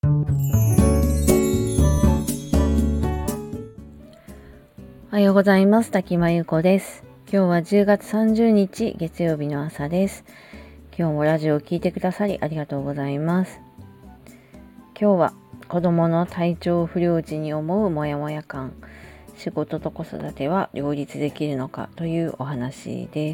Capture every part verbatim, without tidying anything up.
おはようございます。滝間由子です。今日はじゅうがつさんじゅうにち月曜日の朝です。今日もラジオを聞いてくださりありがとうございます。今日は子供の体調不良時に思うモヤモヤ感、仕事と子育ては両立できるのかというお話です。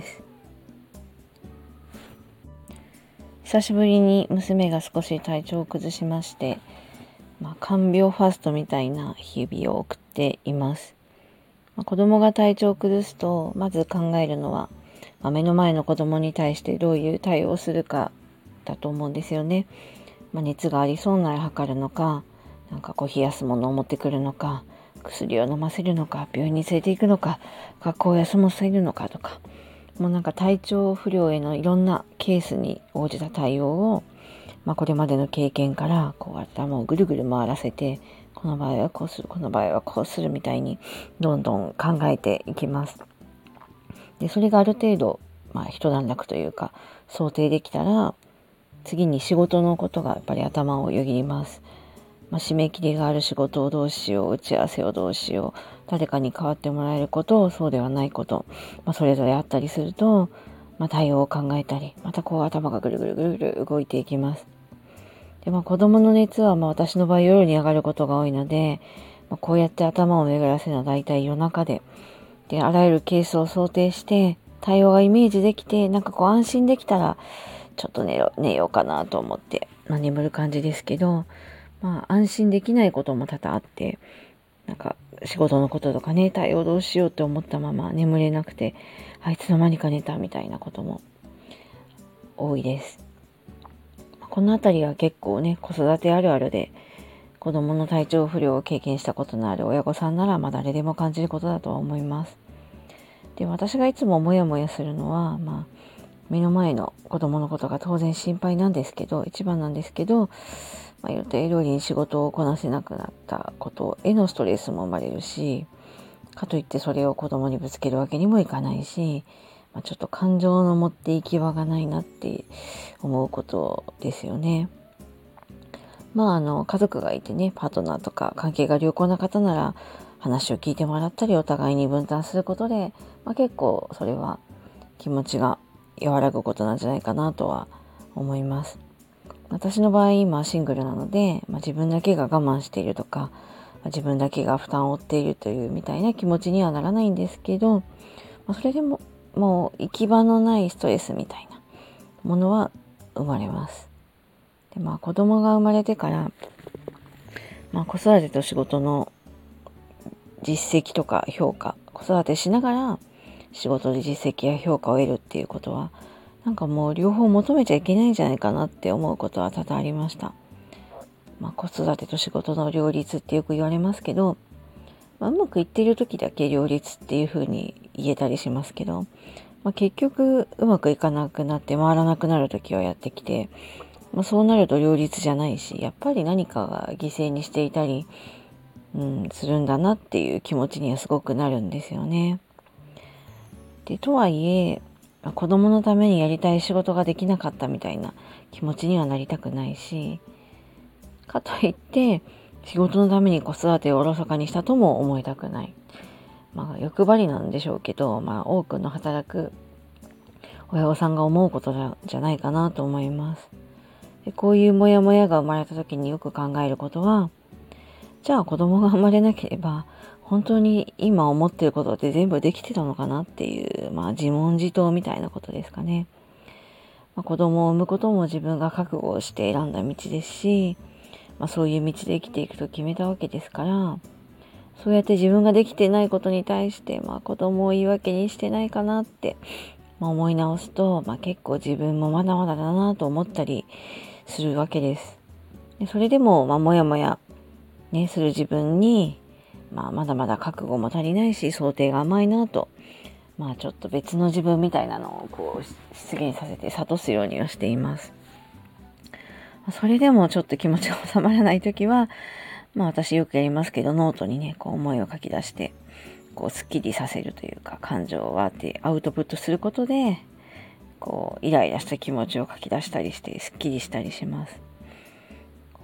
久しぶりに娘が少し体調を崩しまして、まあ、看病ファーストみたいな日々を送っています。まあ、子供が体調を崩すとまず考えるのは、まあ、目の前の子供に対してどういう対応をするかだと思うんですよね。まあ、熱がありそうなら測るのか、なんかこう冷やすものを持ってくるのか、薬を飲ませるのか、病院に連れて行くのか、学校を休ませるのかとか、もうなんか体調不良へのいろんなケースに応じた対応を、まあ、これまでの経験からこう頭をぐるぐる回らせて、この場合はこうする、この場合はこうするみたいにどんどん考えていきます。で、それがある程度、まあ、一段落というか想定できたら、次に仕事のことがやっぱり頭をよぎります。まあ、締め切りがある仕事をどうしよう、打ち合わせをどうしよう、誰かに代わってもらえること、そうではないこと、まあ、それぞれあったりすると、まあ、対応を考えたり、またこう頭がぐるぐるぐるぐる動いていきます。で、まあ、子供の熱はまあ私の場合夜に上がることが多いので、まあ、こうやって頭を巡らせるのは大体夜中で、で、あらゆるケースを想定して対応がイメージできて、なんかこう安心できたらちょっと寝よう、寝ようかなと思って、まあ、眠る感じですけど、まあ安心できないことも多々あって、なんか仕事のこととかね、対応どうしようって思ったまま眠れなくて、あいつの間にか寝たみたいなことも多いです。このあたりは結構ね、子育てあるあるで、子供の体調不良を経験したことのある親御さんなら、まあ誰でも感じることだとは思います。で、私がいつもモヤモヤするのは、まあ、目の前の子供のことが当然心配なんですけど、一番なんですけど、まあ、予定通りに仕事をこなせなくなったことへのストレスも生まれるし、かといってそれを子供にぶつけるわけにもいかないし、まあ、ちょっと感情の持っていき場がないなって思うことですよね。まああの家族がいてね、パートナーとか関係が良好な方なら話を聞いてもらったり、お互いに分担することで、まあ、結構それは気持ちが和らぐことなんじゃないかなとは思います。私の場合今シングルなので、まあ、自分だけが我慢しているとか、自分だけが負担を負っているというみたいな気持ちにはならないんですけど、まあ、それでももう行き場のないストレスみたいなものは生まれます。で、まあ子供が生まれてから、まあ、子育てと仕事の実績とか評価、子育てしながら仕事で実績や評価を得るっていうことは、なんかもう両方求めちゃいけないんじゃないかなって思うことは多々ありました。まあ、子育てと仕事の両立ってよく言われますけど、まあ、うまくいっている時だけ両立っていう風に言えたりしますけど、まあ、結局うまくいかなくなって回らなくなる時はやってきて、まあ、そうなると両立じゃないし、やっぱり何かが犠牲にしていたり、うん、するんだなっていう気持ちにはすごくなるんですよね。で、とはいえ、子供のためにやりたい仕事ができなかったみたいな気持ちにはなりたくないし、かといって仕事のために子育てをおろそかにしたとも思いたくない。まあ欲張りなんでしょうけど、まあ多くの働く親御さんが思うことじゃ、じゃないかなと思います。で、こういうモヤモヤが生まれた時によく考えることは、じゃあ子供が生まれなければ本当に今思っていることって全部できてたのかなっていう、まあ自問自答みたいなことですかね。まあ、子供を産むことも自分が覚悟をして選んだ道ですし、まあ、そういう道で生きていくと決めたわけですから、そうやって自分ができてないことに対して、まあ、子供を言い訳にしてないかなって、まあ、思い直すと、まあ、結構自分もまだまだだなと思ったりするわけです。で、それでも、まあ、もやもや、ね、する自分に、まあ、まだまだ覚悟も足りないし、想定が甘いなと、まあ、ちょっと別の自分みたいなのをこう出現させて諭すようにはしています。それでもちょっと気持ちが収まらないときは、まあ私よくやりますけど、ノートにね、こう思いを書き出して、こうスッキリさせるというか、感情をあってアウトプットすることで、こうイライラした気持ちを書き出したりして、スッキリしたりします。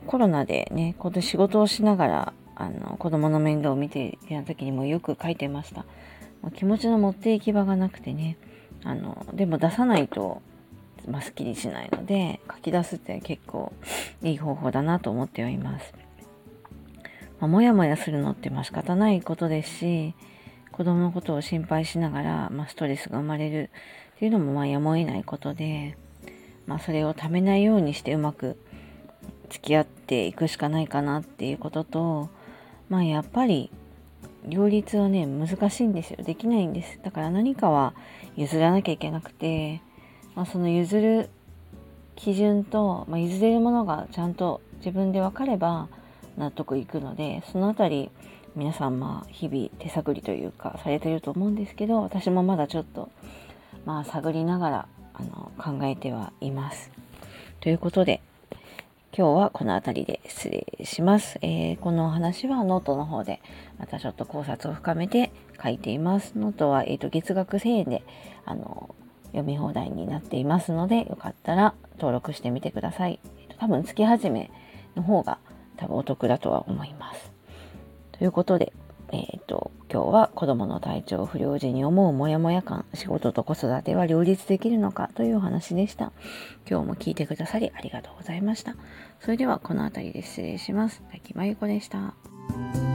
コロナでね、こう仕事をしながらあの子供の面倒を見ていた時にもよく書いてました。気持ちの持っていき場がなくてね、あのでも出さないと、まあ、すっきりしないので、書き出すって結構いい方法だなと思ってはいます。まあ、もやもやするのってまあ仕方ないことですし、子供のことを心配しながら、まあ、ストレスが生まれるっていうのもまあやむを得ないことで、まあ、それをためないようにしてうまく付き合っていくしかないかなっていうことと、まあやっぱり両立はね難しいんですよ。できないんです。だから何かは譲らなきゃいけなくて、まあ、その譲る基準と、まあ、譲れるものがちゃんと自分で分かれば納得いくので、そのあたり皆さんまあ日々手探りというかされてると思うんですけど、私もまだちょっとまあ探りながらあの考えてはいます。ということで今日はこの辺りで失礼します。えー、このお話はノートの方でまたちょっと考察を深めて書いています。ノートは、えーと、月額せんえんであの読み放題になっていますので、よかったら登録してみてください。えーと、多分月始めの方が多分お得だとは思います。ということで、えーと、今日は子供の体調不良時に思うモヤモヤ感、仕事と子育ては両立できるのかというお話でした。今日も聞いてくださりありがとうございました。それではこの辺りで失礼します。滝真由子でした。